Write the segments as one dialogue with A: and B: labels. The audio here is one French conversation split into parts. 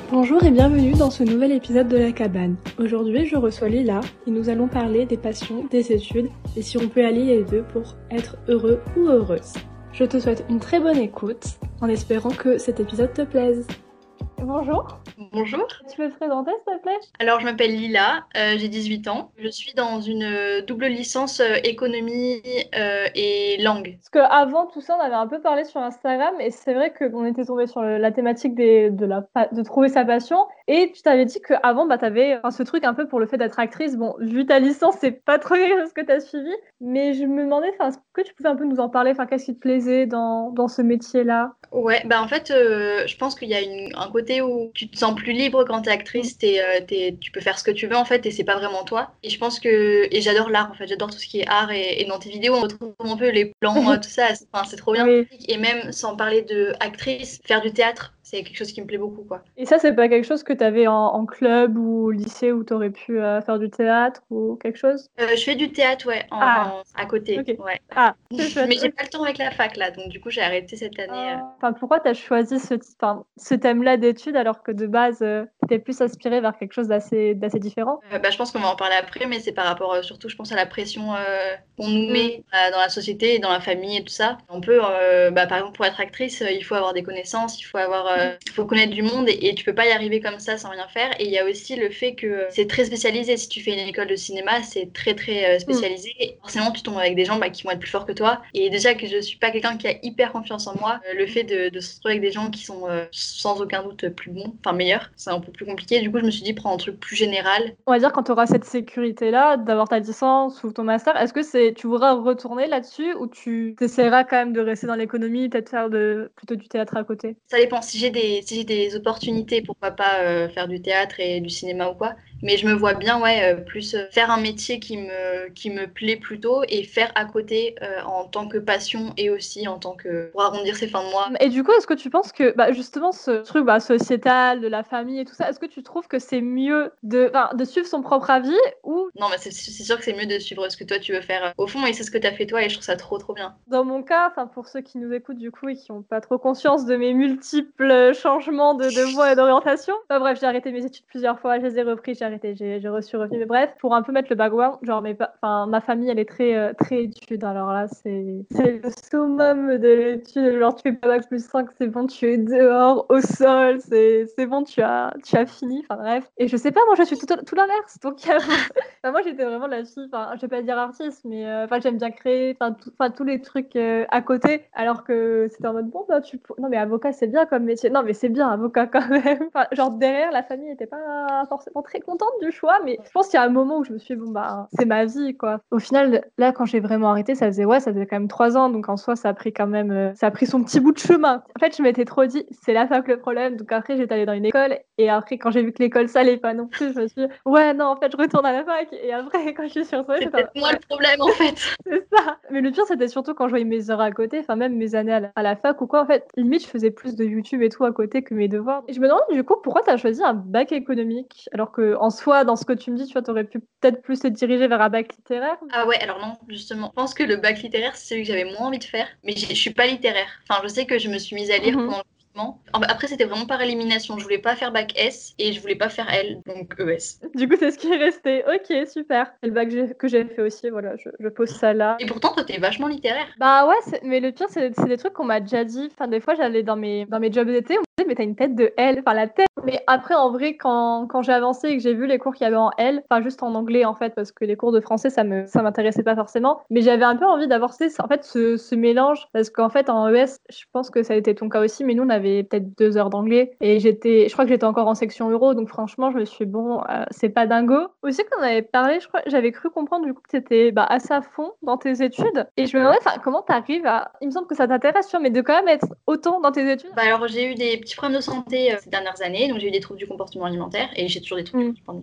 A: Bonjour et bienvenue dans ce nouvel épisode de La Cabane. Aujourd'hui, je reçois Lila et nous allons parler des passions, des études et si on peut allier les deux pour être heureux ou heureuse. Je te souhaite une très bonne écoute en espérant que cet épisode te plaise. Bonjour.
B: Bonjour.
A: Tu peux te présenter s'il te plaît ?
B: Alors, je m'appelle Lila, j'ai 18 ans. Je suis dans une double licence économie et langue.
A: Parce qu'avant tout ça, on avait un peu parlé sur Instagram et c'est vrai qu'on était tombé sur la thématique de trouver sa passion. Et tu t'avais dit qu'avant, t'avais ce truc un peu pour le fait d'être actrice. Bon, vu ta licence, c'est pas trop quelque chose que t'as suivi. Mais je me demandais, est-ce que tu pouvais un peu nous en parler? Qu'est-ce qui te plaisait dans ce métier-là?
B: Ouais, en fait, je pense qu'il y a un côté où tu te sens plus libre quand t'es actrice, tu peux faire ce que tu veux en fait et c'est pas vraiment toi. Et je pense et j'adore l'art en fait, j'adore tout ce qui est art et dans tes vidéos on retrouve un peu les plans, tout ça, c'est trop bien.
A: Oui.
B: Et même sans parler de actrice, faire du théâtre, c'est quelque chose qui me plaît beaucoup quoi.
A: Et ça, c'est pas quelque chose que t'avais en club ou au lycée où t'aurais pu faire du théâtre ou quelque chose?
B: Je fais du théâtre, ouais,
A: Ah,
B: à côté,
A: ok.
B: ouais.
A: Ah, c'est chouette.
B: Mais j'ai pas le temps avec la fac là, donc du coup j'ai arrêté cette année.
A: Pourquoi tu as choisi ce thème-là d'études alors que de base, tu étais plus inspirée vers quelque chose d'assez différent?
B: Je pense qu'on va en parler après, mais c'est par rapport surtout, je pense, à la pression qu'on nous
A: Mm.
B: met dans la société et dans la famille et tout ça. On peut, par exemple, pour être actrice, il faut avoir des connaissances, il faut connaître du monde et tu peux pas y arriver comme ça sans rien faire. Et il y a aussi le fait que c'est très spécialisé. Si tu fais une école de cinéma, c'est très très spécialisé. Et forcément, tu tombes avec des gens qui vont être plus forts que toi. Et déjà que je suis pas quelqu'un qui a hyper confiance en moi, le fait de se retrouver avec des gens qui sont sans aucun doute plus bons, enfin meilleurs, c'est un peu plus compliqué. Du coup, je me suis dit prendre un truc plus général.
A: On va dire quand tu auras cette sécurité-là, d'avoir ta licence ou ton master, est-ce que tu voudras retourner là-dessus ou tu essaieras quand même de rester dans l'économie, peut-être faire plutôt du théâtre à côté?
B: Ça dépend. Si j'ai des opportunités, pourquoi pas faire du théâtre et du cinéma ou quoi. Mais je me vois bien, ouais, plus faire un métier qui me plaît plutôt et faire à côté en tant que passion et aussi en tant que pour arrondir ses fins de mois.
A: Et du coup, est-ce que tu penses que justement ce truc sociétal, de la famille et tout ça, est-ce que tu trouves que c'est mieux de suivre son propre avis ou
B: Non, mais c'est sûr que c'est mieux de suivre ce que toi tu veux faire au fond et c'est ce que t'as fait toi et je trouve ça trop trop bien.
A: dans mon cas, pour ceux qui nous écoutent du coup et qui n'ont pas trop conscience de mes multiples changements de voie et d'orientation, bref, j'ai arrêté mes études plusieurs fois, je les ai reprises, j'ai arrêté, j'ai reçu revenu. Mais bref, pour un peu mettre le background, genre ma famille elle est très très études. Alors là, c'est le summum de l'étude. Genre tu fais pas bac plus 5, c'est bon, tu es dehors au sol, c'est bon, tu as fini. Enfin bref. Et je sais pas, moi je suis tout l'inverse. Donc moi j'étais vraiment la fille, je vais pas dire artiste, mais j'aime bien créer, tous les trucs à côté, alors que c'était en mode bon non mais avocat c'est bien comme métier, non mais c'est bien avocat quand même. Genre derrière la famille était pas forcément très contente du choix, mais je pense qu'il y a un moment où je me suis dit, bon c'est ma vie quoi. Au final là quand j'ai vraiment arrêté ça faisait quand même 3 ans, donc en soi ça a pris quand même ça a pris son petit bout de chemin. En fait je m'étais trop dit c'est la fac le problème, donc après j'étais allée dans une école et après quand j'ai vu que l'école ça allait pas non plus, je me suis dit ouais non en fait je retourne à la fac et après quand je suis retournée
B: C'est
A: j'étais
B: peut-être moi le problème en fait.
A: c'est ça. Mais le pire, c'était surtout quand je voyais mes heures à côté, même mes années à la fac ou quoi. En fait, limite, je faisais plus de YouTube et tout à côté que mes devoirs. Et je me demande du coup pourquoi tu as choisi un bac économique alors que en soi, dans ce que tu me dis, tu vois, t'aurais pu peut-être plus te diriger vers un bac littéraire.
B: Ah ouais, alors non, justement. Je pense que le bac littéraire, c'est celui que j'avais moins envie de faire, mais je suis pas littéraire. Enfin, je sais que je me suis mise à lire
A: Mhm.
B: pendant le confinement. Après, c'était vraiment par élimination. Je voulais pas faire bac S et je voulais pas faire L, donc ES.
A: Du coup, c'est ce qui est resté. Ok, super. Et le bac que j'ai fait aussi, voilà, je pose ça là.
B: Et pourtant, toi, t'es vachement littéraire.
A: Bah ouais, mais le pire, c'est des trucs qu'on m'a déjà dit. Des fois, j'allais dans mes jobs d'été, on me disait, mais t'as une tête de L, la tête. Mais après, en vrai, quand j'ai avancé et que j'ai vu les cours qu'il y avait en L, juste en anglais, en fait, parce que les cours de français, ça m'intéressait pas forcément. Mais j'avais un peu envie d'avoir, en fait, ce mélange. Parce qu'en fait, en ES, je pense que ça a été ton cas aussi, mais nous, on avait peut-être 2 heures d'anglais. Et je crois que j'étais encore en section euro, donc franchement, je me suis dit, bon, c'est pas dingo. Aussi, quand on avait parlé, je crois, j'avais cru comprendre, du coup, que t'étais assez à fond dans tes études. Et je me demandais, comment t'arrives à. Il me semble que ça t'intéresse, tu vois, mais de quand même être autant dans tes études.
B: Bah alors, j'ai eu des petits problèmes de santé ces dernières années, donc j'ai eu des troubles du comportement alimentaire et j'ai toujours des troubles du
A: Hmm.
B: comportement alimentaire.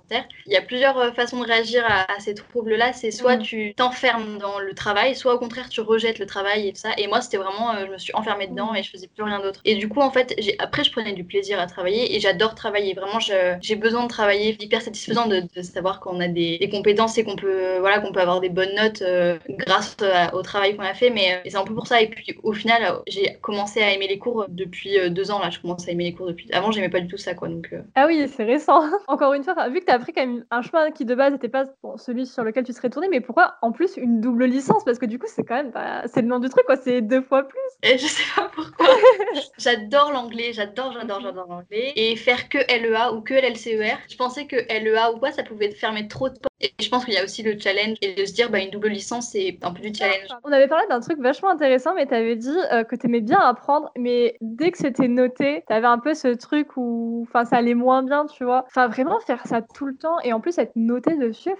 B: alimentaire. Il y a plusieurs façons de réagir à ces troubles-là. C'est soit tu t'enfermes dans le travail, soit au contraire tu rejettes le travail et tout ça. Et moi, c'était vraiment, je me suis enfermée dedans et je faisais plus rien d'autre. Et du coup, en fait, après, je prenais du plaisir à travailler et j'adore travailler. Vraiment, j'ai besoin de travailler. Hyper satisfaisant de savoir qu'on a des compétences et qu'on peut, voilà, qu'on peut avoir des bonnes notes grâce au travail qu'on a fait. Mais c'est un peu pour ça. Et puis, au final, j'ai commencé à aimer les cours depuis 2 ans. Là, je commence à aimer les cours depuis. Avant, j'aimais pas du tout ça, quoi. Donc,
A: Ah oui, c'est récent. Encore une fois, vu que tu as pris quand même un chemin qui de base n'était pas celui sur lequel tu serais tourné, mais pourquoi en plus une double licence? Parce que du coup, c'est quand même, c'est le nom du truc, quoi. C'est 2 fois plus.
B: Et je sais pas pourquoi. J'adore l'anglais, j'adore l'anglais. Et faire que LEA ou que LCER, je pensais que LEA ou quoi, ça pouvait te fermer trop de portes. Et je pense qu'il y a aussi le challenge et de se dire, une double licence, c'est un peu du challenge.
A: On avait parlé d'un truc vachement intéressant, mais tu avais dit que tu aimais bien apprendre, mais dès que c'était noté, tu avais un peu ce truc où ça allait moins bien, tu vois. Enfin, vraiment faire ça tout le temps et en plus être noté dessus,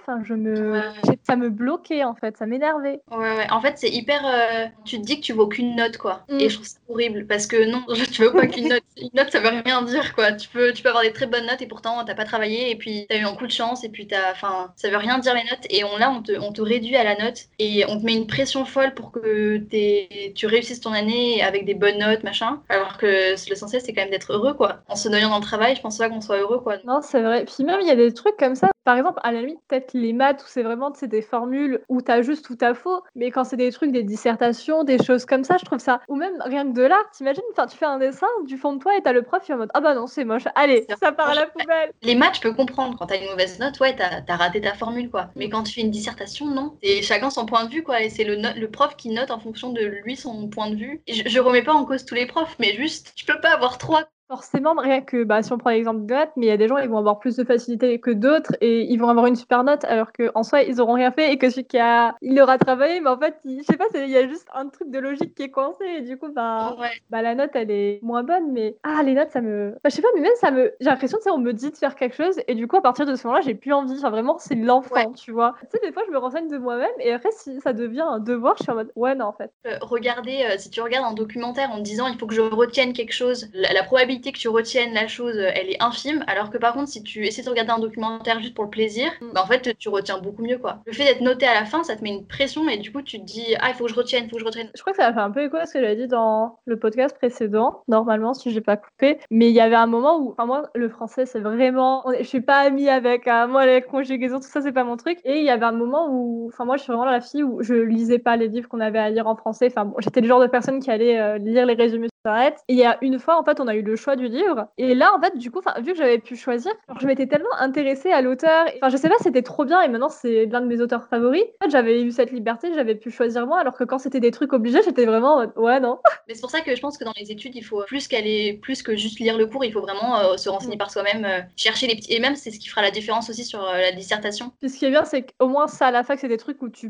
A: ça me bloquait en fait, ça m'énervait.
B: Ouais. En fait, c'est hyper. Tu te dis que tu vaux qu'une note, quoi. Et je trouve ça horrible parce que non, tu veux pas qu'une note. Une note, ça veut rien dire, quoi. Tu peux avoir des très bonnes notes et pourtant t'as pas travaillé et puis t'as eu un coup de chance et puis Enfin, ça veut rien dire les notes. Et on te réduit à la note et on te met une pression folle pour que tu réussisses ton année avec des bonnes notes, machin. Alors que l'essentiel, c'est quand même d'être heureux, quoi. En se noyant dans le travail, je pense pas qu'on soit heureux, quoi.
A: Non, c'est vrai. Puis même, il y a des trucs comme ça. Par exemple, à la limite, peut-être les maths où c'est vraiment des formules où t'as juste ou t'as faux. Mais quand c'est des trucs, des dissertations, des choses comme ça, je trouve ça. Ou même rien que de l'art, t'imagines, tu fais un dessin du fond de toi et t'as le prof qui est en mode ah bah non, c'est moche. Allez, ça part à la poubelle.
B: Les maths, je peux comprendre. Quand t'as une mauvaise note, ouais, t'as raté ta formule, quoi. Mais quand tu fais une dissertation, non. C'est chacun son point de vue, quoi. Et c'est le prof qui note en fonction de lui, son point de vue. Et je remets pas en cause tous les profs, mais juste, je peux pas avoir trois.
A: Forcément, rien que si on prend l'exemple de maths, mais il y a des gens, ils vont avoir plus de facilité que d'autres et ils vont avoir une super note alors qu'en soi, ils auront rien fait et que celui il aura travaillé, mais en fait, je sais pas, il y a juste un truc de logique qui est coincé et du coup, la note, elle est moins bonne, mais les notes, ça me. Je sais pas, mais même j'ai l'impression, on me dit de faire quelque chose et du coup, à partir de ce moment-là, j'ai plus envie. Enfin, vraiment, c'est l'enfant, tu vois. Tu sais, des fois, je me renseigne de moi-même et après, si ça devient un devoir, je suis en mode ouais, non, en fait.
B: Si tu regardes un documentaire en te disant il faut que je retienne quelque chose, la probabilité que tu retiennes la chose, elle est infime, alors que par contre, si tu essaies de regarder un documentaire juste pour le plaisir, en fait, tu retiens beaucoup mieux, quoi. Le fait d'être noté à la fin, ça te met une pression et du coup, tu te dis il faut que je retienne.
A: Je crois que ça a fait un peu écho à ce que j'avais dit dans le podcast précédent, normalement, si j'ai pas coupé. Mais il y avait un moment où, moi, le français, c'est vraiment. Je suis pas amie avec. Moi, les conjugaisons, tout ça, c'est pas mon truc. Et il y avait un moment où. Moi, je suis vraiment la fille où je lisais pas les livres qu'on avait à lire en français. J'étais le genre de personne qui allait lire les résumés sur Internet. Et il y a une fois, en fait, on a eu le choix du livre. Et là, en fait, du coup, vu que j'avais pu choisir, je m'étais tellement intéressée à l'auteur. Je sais pas, c'était trop bien. Et maintenant, c'est l'un de mes auteurs favoris. En fait, j'avais eu cette liberté, j'avais pu choisir moi, alors que quand c'était des trucs obligés, j'étais vraiment en mode, ouais, non.
B: Mais c'est pour ça que je pense que dans les études, il faut plus que juste lire le cours, il faut vraiment se renseigner par soi-même, chercher les petits. Et même, c'est ce qui fera la différence aussi sur la dissertation.
A: Puis ce qui est bien, c'est qu'au moins, ça, à la fac, c'est des trucs où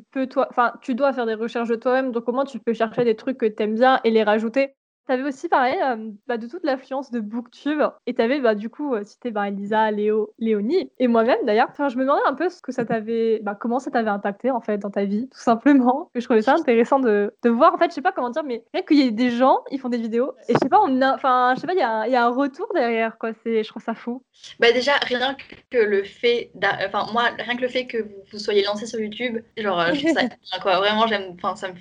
A: tu dois faire des recherches de toi-même, donc au moins, tu peux chercher des trucs que t'aimes bien et les rajouter. T'avais aussi parlé de toute l'affluence de Booktube et t'avais du coup cité Elisa, Léo, Léonie et moi-même d'ailleurs. Je me demandais un peu ce que ça t'avait, comment ça t'avait impacté en fait dans ta vie, tout simplement. Et je trouvais ça intéressant de voir. En fait, je sais pas comment dire, mais rien qu'il y ait des gens, ils font des vidéos et je sais pas, je sais pas, il y a un retour derrière quoi. Je trouve ça fou.
B: Déjà, rien que le fait, rien que le fait que vous soyez lancé sur YouTube, genre, je trouve ça bien, quoi. Vraiment, j'aime,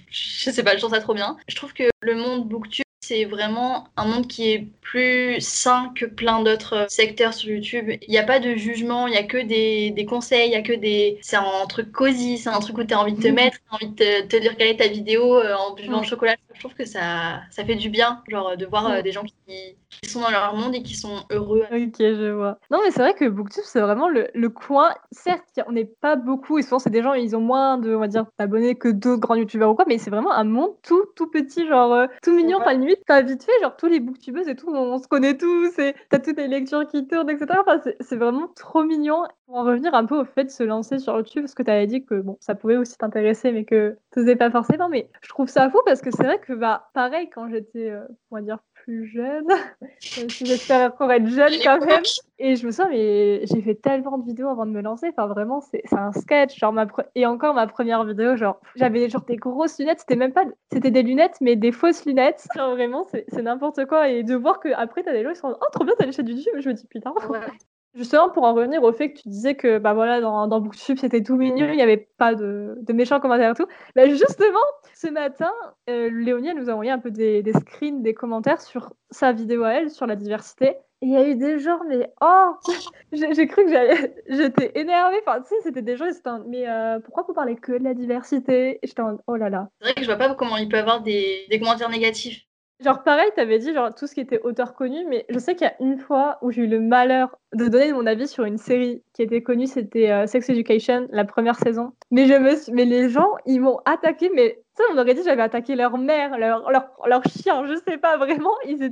B: je sais pas, je trouve ça trop bien. Je trouve que le monde Booktube, c'est vraiment un monde qui est plus sain que plein d'autres secteurs sur YouTube. Il n'y a pas de jugement, il n'y a que des conseils, il y a que des... C'est un truc cosy, c'est un truc où tu as envie de te mettre, tu as envie de te dire quelle est ta vidéo en buvant le chocolat. Je trouve que ça fait du bien, genre, de voir des gens qui sont dans leur monde et qui sont heureux.
A: Ok, je vois. Non, mais c'est vrai que Booktube, c'est vraiment le coin. Certes, on n'est pas beaucoup, et souvent, c'est des gens, ils ont moins de, on va dire, d'abonnés que d'autres grands youtubeurs ou quoi, mais c'est vraiment un monde tout petit, genre, tout mignon. Enfin, limite, pas vite fait, genre, tous les booktubeuses et tout, on se connaît tous, et t'as toutes les lectures qui tournent, etc. Enfin, c'est vraiment trop mignon. Pour en revenir un peu au fait de se lancer sur YouTube, parce que t'avais dit que, bon, ça pouvait aussi t'intéresser, mais que t'osais pas forcément, mais je trouve ça fou parce que c'est vrai que, pareil, quand j'étais, on va dire, plus jeune, même si j'espère encore être jeune quand même. Et je me souviens, mais j'ai fait tellement de vidéos avant de me lancer. Enfin, vraiment, c'est un sketch. Genre, et encore ma première vidéo, genre, j'avais genre des grosses lunettes. C'était même pas. C'était des lunettes, mais des fausses lunettes. Genre, vraiment, c'est n'importe quoi. Et de voir qu'après, t'as des gens qui sont oh, trop bien, t'as les chaînes YouTube. Je me dis, putain. Justement, pour en revenir au fait que tu disais que, bah, voilà, dans Booktube, c'était tout mignon, il y avait pas de méchants commentaires et tout. Bah, justement, ce matin, Léonie, elle nous a envoyé un peu des screens, des commentaires sur sa vidéo à elle, sur la diversité et il y a eu des gens, mais oh! J'ai cru que j'étais énervée, enfin, tu sais, c'était des gens, ils étaient en mode: «Mais pourquoi vous parlez que de la diversité?» Et j'étais en mode: «Oh là là».
B: C'est vrai que je vois pas comment il peut avoir des commentaires négatifs.
A: Genre pareil, tu avais dit genre tout ce qui était auteur connu, mais je sais qu'il y a une fois où j'ai eu le malheur de donner mon avis sur une série qui était connue, c'était, Sex Education, la première saison. Mais les gens, ils m'ont attaquée, mais tu sais, on aurait dit que j'avais attaqué leur mère, leur chien, je sais pas, vraiment,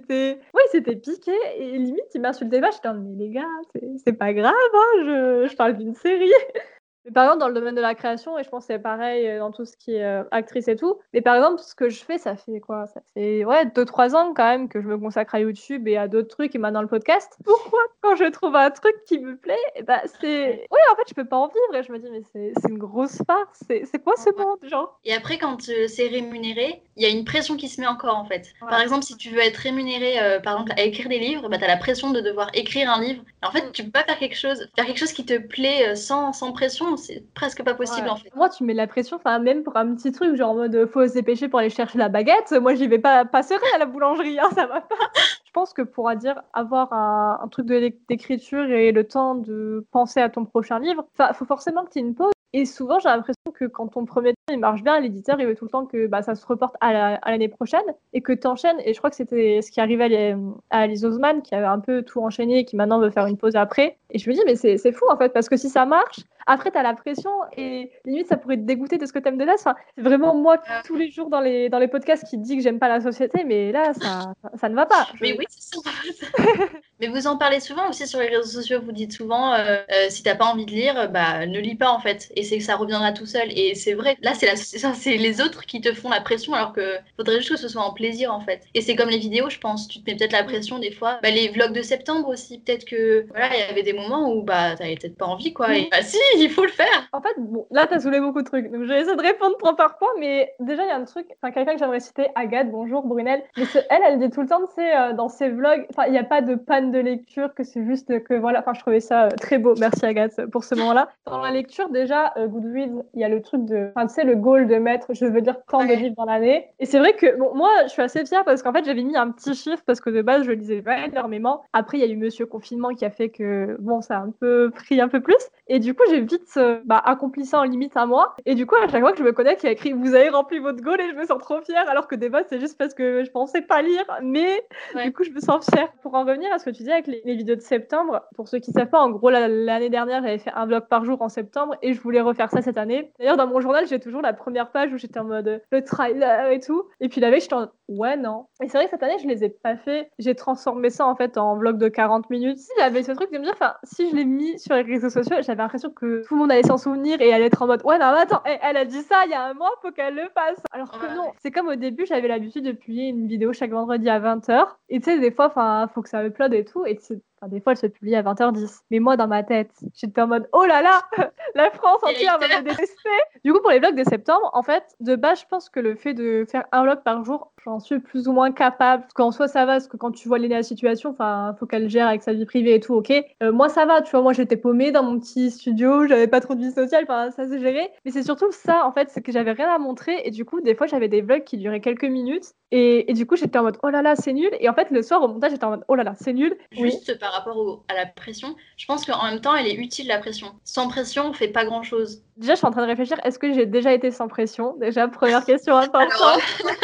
A: ils s'étaient piqués et limite ils m'insultaient pas. J'étais en mode: «Mais les gars, c'est pas grave, hein, je parle d'une série». Mais par exemple, dans le domaine de la création et je pense que c'est pareil, dans tout ce qui est, actrice et tout. Mais par exemple, ce que je fais, ça fait quoi? Ça fait, ouais, 2-3 ans quand même que je me consacre à YouTube et à d'autres trucs et maintenant le podcast. Pourquoi quand je trouve un truc qui me plaît et bah, c'est ouais, en fait, je peux pas en vivre et je me dis: «Mais c'est une grosse farce, c'est quoi ce
B: Ouais.
A: monde, genre?»
B: Et après, quand c'est rémunéré, il y a une pression qui se met encore en fait.
A: Ouais.
B: Par exemple, si tu veux être rémunéré, par exemple, à écrire des livres, bah, tu as la pression de devoir écrire un livre. Et en fait, tu peux pas faire quelque chose qui te plaît sans pression, c'est presque pas possible
A: Ouais.
B: en fait.
A: Moi, tu mets de la pression, enfin, même pour un petit truc, genre en mode, faut se dépêcher pour aller chercher la baguette. Moi, j'y vais pas sereine à la boulangerie, hein, ça va pas. Je pense que pour dire avoir un truc d'écriture et le temps de penser à ton prochain livre, enfin, faut forcément que tu aies une pause. Et souvent, j'ai l'impression que quand ton premier temps il marche bien, l'éditeur il veut tout le temps que bah, ça se reporte à l'année prochaine et que tu enchaînes. Et je crois que c'était ce qui arrivait à Alice Oseman qui avait un peu tout enchaîné et qui maintenant veut faire une pause après. Et je me dis, mais c'est fou en fait, parce que si ça marche, après, t'as la pression et limite, ça pourrait te dégoûter de ce que t'aimes de là. Enfin, c'est vraiment moi, tous les jours dans les podcasts, qui dit que j'aime pas la société, mais là, ça ne va pas.
B: Mais oui, c'est ça. Mais vous en parlez souvent aussi sur les réseaux sociaux. Vous dites souvent, si t'as pas envie de lire, bah ne lis pas en fait. Et c'est que ça reviendra tout seul. Et c'est vrai. Là, c'est les autres qui te font la pression, alors que faudrait juste que ce soit en plaisir en fait. Et c'est comme les vidéos, je pense. Tu te mets peut-être la pression des fois. Bah, les vlogs de septembre aussi. Peut-être que voilà, il y avait des moments où bah t'avais peut-être pas envie quoi. Et bah si, il faut le faire.
A: En fait, bon, là, t'as soulevé beaucoup de trucs. Donc, je vais essayer de répondre point par point. Mais déjà, il y a un truc, enfin, quelqu'un que j'aimerais citer, Agathe, bonjour, Brunel. Mais elle dit tout le temps, tu sais, dans ses vlogs, enfin, il n'y a pas de panne de lecture, que c'est juste que, voilà, enfin, je trouvais ça très beau. Merci, Agathe, pour ce moment-là. Dans la lecture, déjà, Goodreads, il y a le truc de, enfin, tu sais, le goal de mettre, je veux dire, tant de livres dans l'année. Et c'est vrai que, bon, moi, je suis assez fière parce qu'en fait, j'avais mis un petit chiffre parce que de base, je lisais pas énormément. Après, il y a eu Monsieur Confinement qui a fait que, bon, ça a un peu pris un peu plus. Et du coup, j'ai vite accompli ça en limite un mois. Et du coup, à chaque fois que je me connecte, il y a écrit vous avez rempli votre goal et je me sens trop fière. Alors que des fois, c'est juste parce que je pensais pas lire. Mais du coup, je me sens fière. Pour en revenir à ce que tu disais avec les vidéos de septembre, pour ceux qui savent pas, en gros, l'année dernière, j'avais fait un vlog par jour en septembre et je voulais refaire ça cette année. D'ailleurs, dans mon journal, j'ai toujours la première page où j'étais en mode le trailer et tout. Et puis la veille, j'étais en mode ouais, non. Et c'est vrai que cette année, je les ai pas fait. J'ai transformé ça en fait en vlog de 40 minutes. Si j'avais ce truc de me dire, enfin, si je l'ai mis sur les réseaux sociaux, j'avais l'impression que tout le monde allait s'en souvenir et allait être en mode ouais, non, mais attends, elle a dit ça il y a un mois, faut qu'elle le fasse. Alors que non, c'est comme au début, j'avais l'habitude de publier une vidéo chaque vendredi à 20h. Et tu sais, des fois, enfin, faut que ça upload et tout. Et enfin, des fois, elle se publie à 20h10. Mais moi, dans ma tête, j'étais en mode oh là là, la France entière va me détester. Du coup, pour les vlogs de septembre, en fait, de base, je pense que le fait de faire un vlog par jour, j'en suis plus ou moins capable. Parce qu'en soi, ça va, parce que quand tu vois Léna la situation, enfin, faut qu'elle gère avec sa vie privée et tout, ok. Moi, ça va, tu vois, moi, j'étais paumée dans mon petit studio, j'avais pas trop de vie sociale, enfin, ça s'est géré. Mais c'est surtout ça, en fait, c'est que j'avais rien à montrer. Et du coup, des fois, j'avais des vlogs qui duraient quelques minutes. Et du coup, j'étais en mode oh là là, c'est nul. Et en fait, le soir, au montage, j'étais en mode oh là là, c'est nul.
B: Juste par rapport à la pression, je pense qu'en même temps, elle est utile la pression. Sans pression, on fait pas grand chose.
A: Déjà, je suis en train de réfléchir, est-ce que j'ai déjà été sans pression? Déjà, première question importante.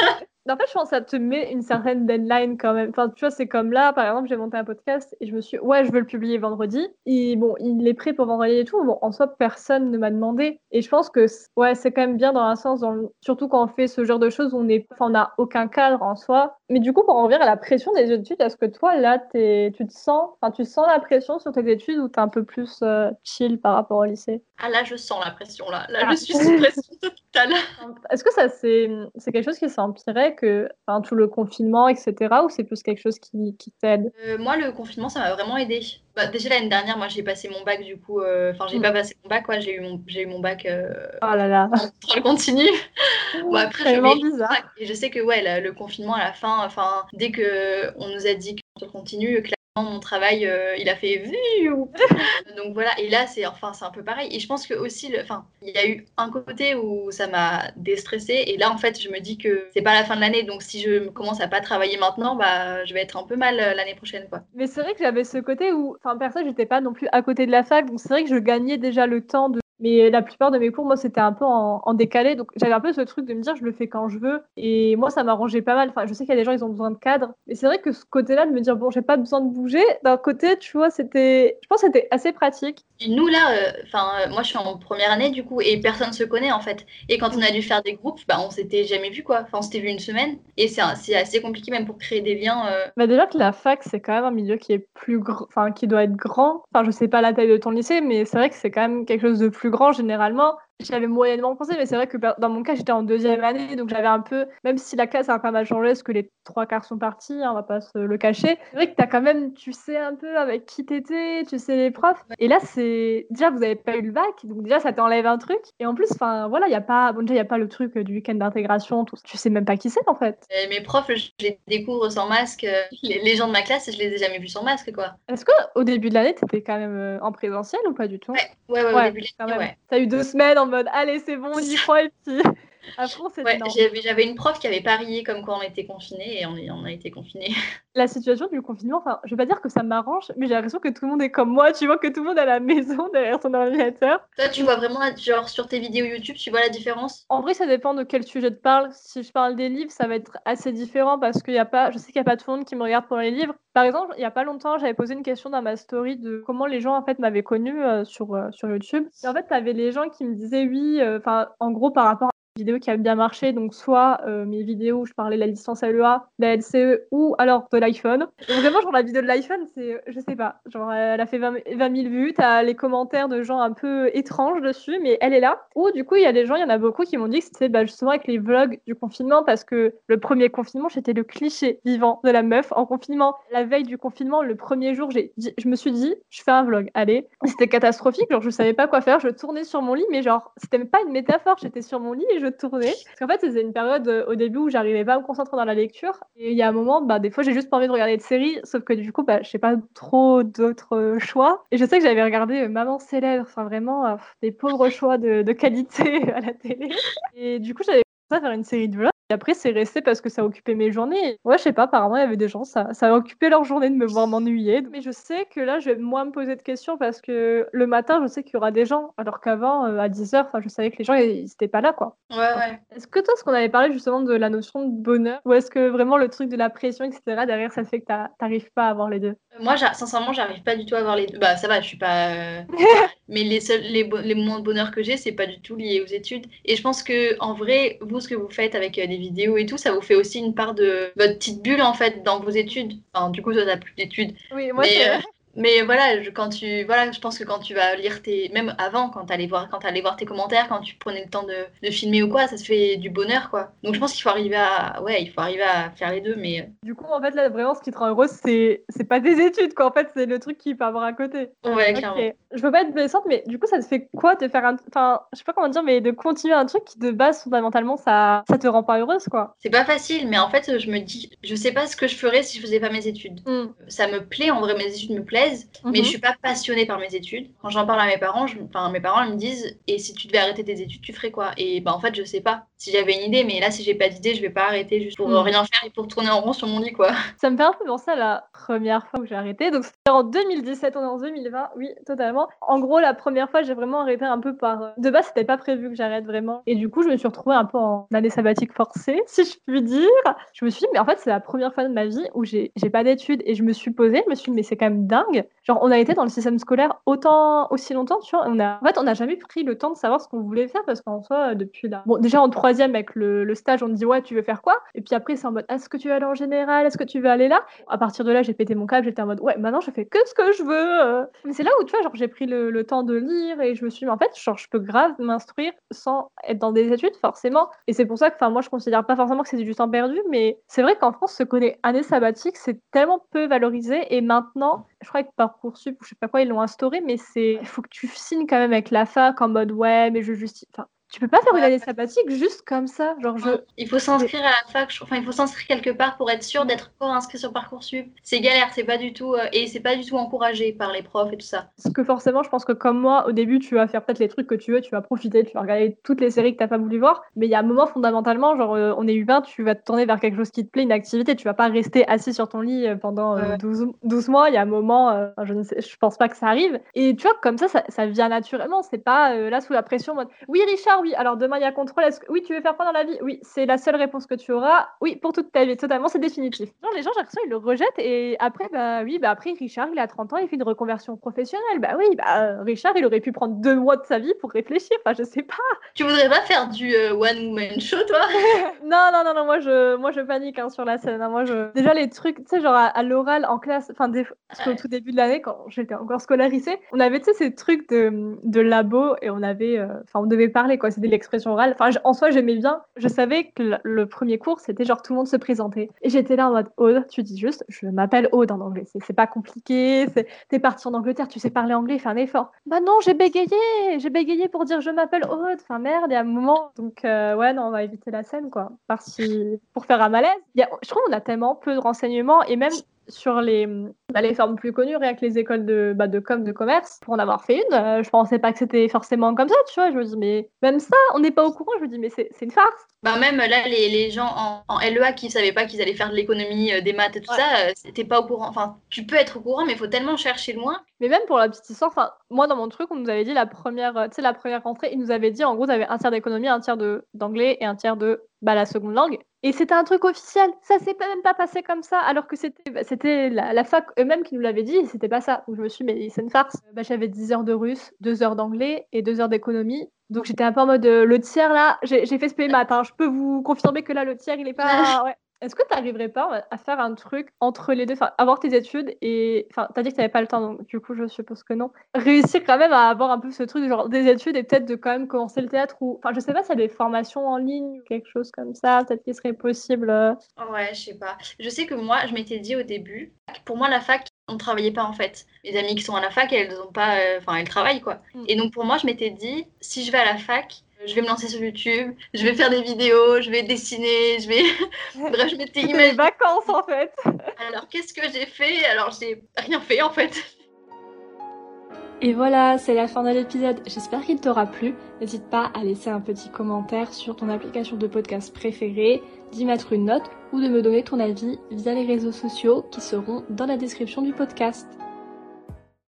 A: En fait, je pense que ça te met une certaine deadline quand même. Enfin, tu vois, c'est comme là, par exemple, j'ai monté un podcast et je me suis ouais, je veux le publier vendredi. Et bon, il est prêt pour vendredi et tout. Bon, en soi, personne ne m'a demandé. Et je pense que ouais, c'est quand même bien dans un sens, surtout quand on fait ce genre de choses, on n'a aucun cadre en soi. Mais du coup, pour en revenir à la pression des études, est-ce que toi, là, tu sens la pression sur tes études ou t'es un peu plus chill par rapport au lycée?
B: Ah là, je sens la pression là. Là, je suis sous pression totale.
A: Est-ce que ça c'est quelque chose qui s'est empiré que enfin, tout le confinement, etc. ou c'est plus quelque chose qui t'aide?
B: Moi, le confinement, ça m'a vraiment aidé. Bah, déjà l'année dernière, moi, j'ai passé mon bac du coup. Enfin, j'ai pas passé mon bac, quoi. J'ai eu mon bac
A: Oh là là,
B: en continu. Bon, après,
A: tellement bizarre.
B: et je sais que ouais, le confinement à la fin, enfin, dès que on nous a dit qu'on continue, mon travail, il a fait donc voilà, et là c'est un peu pareil. Et je pense que aussi il y a eu un côté où ça m'a déstressée, et là en fait je me dis que c'est pas la fin de l'année, donc si je commence à pas travailler maintenant, bah je vais être un peu mal l'année prochaine, quoi.
A: Mais c'est vrai que j'avais ce côté où, enfin, perso, j'étais pas non plus à côté de la fac, donc c'est vrai que je gagnais déjà le temps de. Mais la plupart de mes cours, moi, c'était un peu en décalé, donc j'avais un peu ce truc de me dire, je le fais quand je veux, et moi, ça m'arrangeait pas mal. Enfin, je sais qu'il y a des gens, ils ont besoin de cadre, mais c'est vrai que ce côté-là, de me dire, bon, j'ai pas besoin de bouger, d'un côté, tu vois, je pense que c'était assez pratique.
B: Et nous là, moi je suis en première année du coup, et personne se connaît en fait. Et quand on a dû faire des groupes, bah on s'était jamais vu quoi. Enfin, on s'était vu une semaine, et c'est assez compliqué même pour créer des liens.
A: Bah déjà que la fac, c'est quand même un milieu qui est plus grand, enfin, qui doit être grand. Enfin, je sais pas la taille de ton lycée, mais c'est vrai que c'est quand même quelque chose de plus grand généralement. J'avais moyennement pensé, mais c'est vrai que dans mon cas, j'étais en deuxième année, donc j'avais un peu, même si la classe a pas mal changé, parce que les trois quarts sont partis, hein, on va pas se le cacher. C'est vrai que t'as quand même, tu sais un peu avec qui t'étais, tu sais les profs. Et là, c'est déjà vous avez pas eu le bac, donc déjà ça t'enlève un truc. Et en plus, enfin voilà, il y a pas, bon déjà il y a pas le truc du week-end d'intégration, tout. Tu sais même pas qui c'est en fait.
B: Mes profs, je les découvre sans masque. Les gens de ma classe, je les ai jamais vus sans masque, quoi.
A: Est-ce que au début de l'année, t'étais quand même en présentiel ou pas du tout?
B: Ouais, au
A: Ouais,
B: début de
A: quand
B: l'année,
A: même.
B: ouais.
A: T'as eu 2 semaines en mode allez, c'est bon, on y croit, et puis après, on s'est dit
B: Ouais,
A: non.
B: j'avais une prof qui avait parié comme quoi on était confinés, et on a été confinés.
A: La situation du confinement, enfin, je vais pas dire que ça m'arrange, mais j'ai l'impression que tout le monde est comme moi, tu vois, que tout le monde est à la maison derrière son ordinateur.
B: Toi, tu vois vraiment, genre sur tes vidéos YouTube, tu vois la différence?
A: En vrai, ça dépend de quel sujet tu parles. Si je parle des livres, ça va être assez différent parce qu'il y a pas, je sais qu'il y a pas tout le monde qui me regarde pour les livres. Par exemple, il y a pas longtemps, j'avais posé une question dans ma story de comment les gens en fait m'avaient connue sur YouTube. Et en fait, tu avais les gens qui me disaient oui, enfin, en gros par rapport à mes vidéos qui avaient bien marché, donc soit mes vidéos où je parlais de la licence LEA, de la LCE ou alors de l'iPhone. Donc vraiment, genre la vidéo de l'iPhone, c'est, je sais pas, genre elle a fait 20 000 vues, t'as les commentaires de gens un peu étranges dessus, mais elle est là. Ou du coup, il y a des gens, il y en a beaucoup qui m'ont dit que c'était bah, justement avec les vlogs du confinement, parce que le premier confinement, j'étais le cliché vivant de la meuf en confinement. La veille du confinement, le premier jour, je me suis dit, je fais un vlog, allez. C'était catastrophique, genre je savais pas quoi faire, je tournais sur mon lit, mais genre c'était même pas une métaphore, j'étais sur mon lit et je tournais. Parce qu'en fait, c'était une période au début où j'arrivais pas à me concentrer dans la lecture. Et il y a un moment, bah, des fois, j'ai juste pas envie de regarder de séries, sauf que du coup, bah, j'ai pas trop d'autres choix. Et je sais que j'avais regardé Maman célèbre, enfin vraiment, des pauvres choix de qualité à la télé. Et du coup, j'avais commencé à faire une série de vlogs. Et après, c'est resté parce que ça occupait mes journées. Ouais, je sais pas, apparemment, il y avait des gens, ça a occupé leur journée de me voir m'ennuyer. Mais je sais que là, je vais moins me poser de questions parce que le matin, je sais qu'il y aura des gens. Alors qu'avant, à 10h, je savais que les gens, ils étaient pas là, quoi.
B: Ouais, ouais.
A: Est-ce que toi, ce qu'on avait parlé justement de la notion de bonheur, ou est-ce que vraiment le truc de la pression, etc., derrière, ça fait que t'arrives pas à avoir les deux?
B: Moi, sincèrement, j'arrive pas du tout à avoir les deux. Bah, ça va, je suis pas. Mais les moments de bonheur que j'ai, c'est pas du tout lié aux études. Et je pense que, en vrai, vous, ce que vous faites avec des vidéos et tout, ça vous fait aussi une part de votre petite bulle, en fait, dans vos études. Enfin, du coup, toi, t'as plus d'études.
A: Oui, moi,
B: Mais,
A: c'est.
B: mais voilà, je pense que quand tu vas lire même avant, quand t'allais voir tes commentaires, quand tu prenais le temps de filmer ou quoi, ça se fait du bonheur, quoi. Donc, je pense qu'il faut arriver ouais, il faut arriver à faire les deux, mais.
A: Du coup, en fait, là, vraiment, ce qui te rend heureuse, c'est pas tes études, quoi. En fait, c'est le truc qu'il peut avoir à côté.
B: Ouais, clairement.
A: Ok. Je veux pas être blessante, mais du coup, ça te fait quoi de faire un. Enfin, je sais pas comment dire, mais de continuer un truc qui, de base, fondamentalement, ça te rend pas heureuse, quoi.
B: C'est pas facile, mais en fait, je me dis, je sais pas ce que je ferais si je faisais pas mes études.
A: Mm.
B: Ça me plaît, en vrai, mes études me plaisent, mais je
A: Mhm.
B: suis pas passionnée par mes études. Quand j'en parle à mes parents, mes parents ils me disent, et si tu devais arrêter tes études, tu ferais quoi? Et bah, en fait, je sais pas. Si j'avais une idée, mais là, si j'ai pas d'idée, je vais pas arrêter juste pour
A: Mm.
B: rien faire et pour tourner en rond sur mon lit, quoi.
A: Ça me fait un peu penser à la première fois où j'ai arrêté. Donc, c'était en 2017, on est en 2020. Oui, totalement. En gros, la première fois, j'ai vraiment arrêté un peu par. De base, c'était pas prévu que j'arrête vraiment. Et du coup, je me suis retrouvée un peu en année sabbatique forcée, si je puis dire. Je me suis dit, mais en fait, c'est la première fois de ma vie où j'ai pas d'études. Et je me suis posée, je me suis dit, mais c'est quand même dingue. Genre, on a été dans le système scolaire aussi longtemps, tu vois. En fait, on n'a jamais pris le temps de savoir ce qu'on voulait faire parce qu'en soi, depuis là. Bon, déjà en troisième, avec le stage, on me dit, ouais, tu veux faire quoi? Et puis après, c'est en mode, est-ce que tu veux aller en général? Est-ce que tu veux aller là? À partir de là, j'ai pété mon câble, j'étais en mode, ouais, maintenant, je fais que ce que je veux. Mais c'est là où, tu vois, genre, j'ai pris le temps de lire et je me suis dit, mais en fait, genre, je peux grave m'instruire sans être dans des études, forcément. Et c'est pour ça que, enfin, moi, je considère pas forcément que c'est du temps perdu, mais c'est vrai qu'en France, ce côté année sabbatique, c'est tellement peu valorisé. Et maintenant, je crois que Parcoursup, ou je sais pas quoi, ils l'ont instauré, mais il faut que tu signes quand même avec la fac en mode, ouais, mais je justifie. Enfin, Tu peux pas faire une
B: Ouais.
A: année sabbatique juste comme ça. Genre,
B: Il faut s'inscrire à la fac, enfin, il faut s'inscrire quelque part pour être sûr d'être encore inscrit sur Parcoursup. C'est galère, c'est pas du tout, et c'est pas du tout encouragé par les profs et tout ça.
A: Parce que forcément, je pense que comme moi, au début, tu vas faire peut-être les trucs que tu veux, tu vas profiter, tu vas regarder toutes les séries que t'as pas voulu voir. Mais il y a un moment, fondamentalement, genre, on est U20, tu vas te tourner vers quelque chose qui te plaît, une activité. Tu vas pas rester assis sur ton lit pendant
B: Ouais.
A: 12 mois. Il y a un moment, je ne sais, je pense pas que ça arrive. Et tu vois, comme ça vient naturellement. C'est pas là sous la pression, en mode oui, Richard, oui. Alors demain, il y a contrôle. Oui, tu veux faire quoi dans la vie? Oui, c'est la seule réponse que tu auras. Oui, pour toute ta vie, totalement, c'est définitif. Genre, les gens, j'ai l'impression, ils le rejettent. Et après, bah oui, bah après, Richard, il a 30 ans, il fait une reconversion professionnelle. Bah oui, bah Richard, il aurait pu prendre 2 mois de sa vie pour réfléchir. Enfin, je sais pas.
B: Tu voudrais pas faire du one woman show, toi?
A: Non, non, non, non, moi je panique hein, sur la scène. Hein. Déjà, les trucs, tu sais, genre à l'oral en classe, enfin, parce qu'au tout début de l'année, quand j'étais encore scolarisée, on avait, tu sais, ces trucs de labo et on avait, enfin, on devait parler, quoi. C'était de l'expression orale. Enfin, en soi, j'aimais bien. Je savais que le premier cours, c'était genre tout le monde se présentait. Et j'étais là en mode, Aude, tu dis juste, je m'appelle Aude en anglais. C'est pas compliqué. T'es partie en Angleterre, tu sais parler anglais, fais un effort. Bah non, j'ai bégayé pour dire je m'appelle Aude. Enfin, merde, il y a un moment. Donc, ouais, non, on va éviter la scène, quoi. Pour faire un malaise. Je trouve qu'on a tellement peu de renseignements et même sur les formes plus connues, rien que les écoles de com, de commerce, pour en avoir fait une, je pensais pas que c'était forcément comme ça, tu vois. Je me dis, mais même ça, on n'est pas au courant. Je me dis, mais c'est une farce.
B: Bah même là, les gens en LEA qui savaient pas qu'ils allaient faire de l'économie, des maths et tout
A: Ouais.
B: ça, t'es pas au courant. Enfin, tu peux être au courant, mais il faut tellement chercher loin.
A: Mais même pour la petite histoire, enfin, moi dans mon truc, on nous avait dit tu sais, la première rentrée, ils nous avaient dit en gros, t'avais un tiers d'économie, un tiers d'anglais et un tiers de la seconde langue. Et c'était un truc officiel. Ça s'est même pas passé comme ça, alors que c'était la fac eux-mêmes qui nous l'avaient dit, et c'était pas ça. Donc je me suis dit, mais c'est une farce. J'avais 10 heures de russe, 2 heures d'anglais et 2 heures d'économie. Donc j'étais un peu en mode le tiers là, j'ai fait spé maths. Hein. Je peux vous confirmer que là, le tiers, il est pas. Ouais. Est-ce que tu n'arriverais pas à faire un truc entre les deux, enfin, avoir tes études et, enfin, t'as dit que tu n'avais pas le temps, donc du coup, je suppose que non. Réussir quand même à avoir un peu ce truc, genre des études et peut-être de quand même commencer le théâtre ou, enfin, je sais pas s'il y a des formations en ligne ou quelque chose comme ça, peut-être qu'il serait possible.
B: Ouais, je sais pas. Je sais que moi, je m'étais dit au début, pour moi, la fac, on ne travaillait pas en fait. Mes amies qui sont à la fac, elles ont pas, enfin, elles travaillent quoi.
A: Mm.
B: Et donc pour moi, je m'étais dit, si je vais à la fac, je vais me lancer sur YouTube, je vais faire des vidéos, je vais dessiner, je vais. Bref, je m'étais
A: C'était les
B: imaginé.
A: vacances en fait.
B: Alors, qu'est-ce que j'ai fait? Alors, j'ai rien fait en fait.
A: Et voilà, c'est la fin de l'épisode. J'espère qu'il t'aura plu. N'hésite pas à laisser un petit commentaire sur ton application de podcast préférée, d'y mettre une note ou de me donner ton avis via les réseaux sociaux qui seront dans la description du podcast.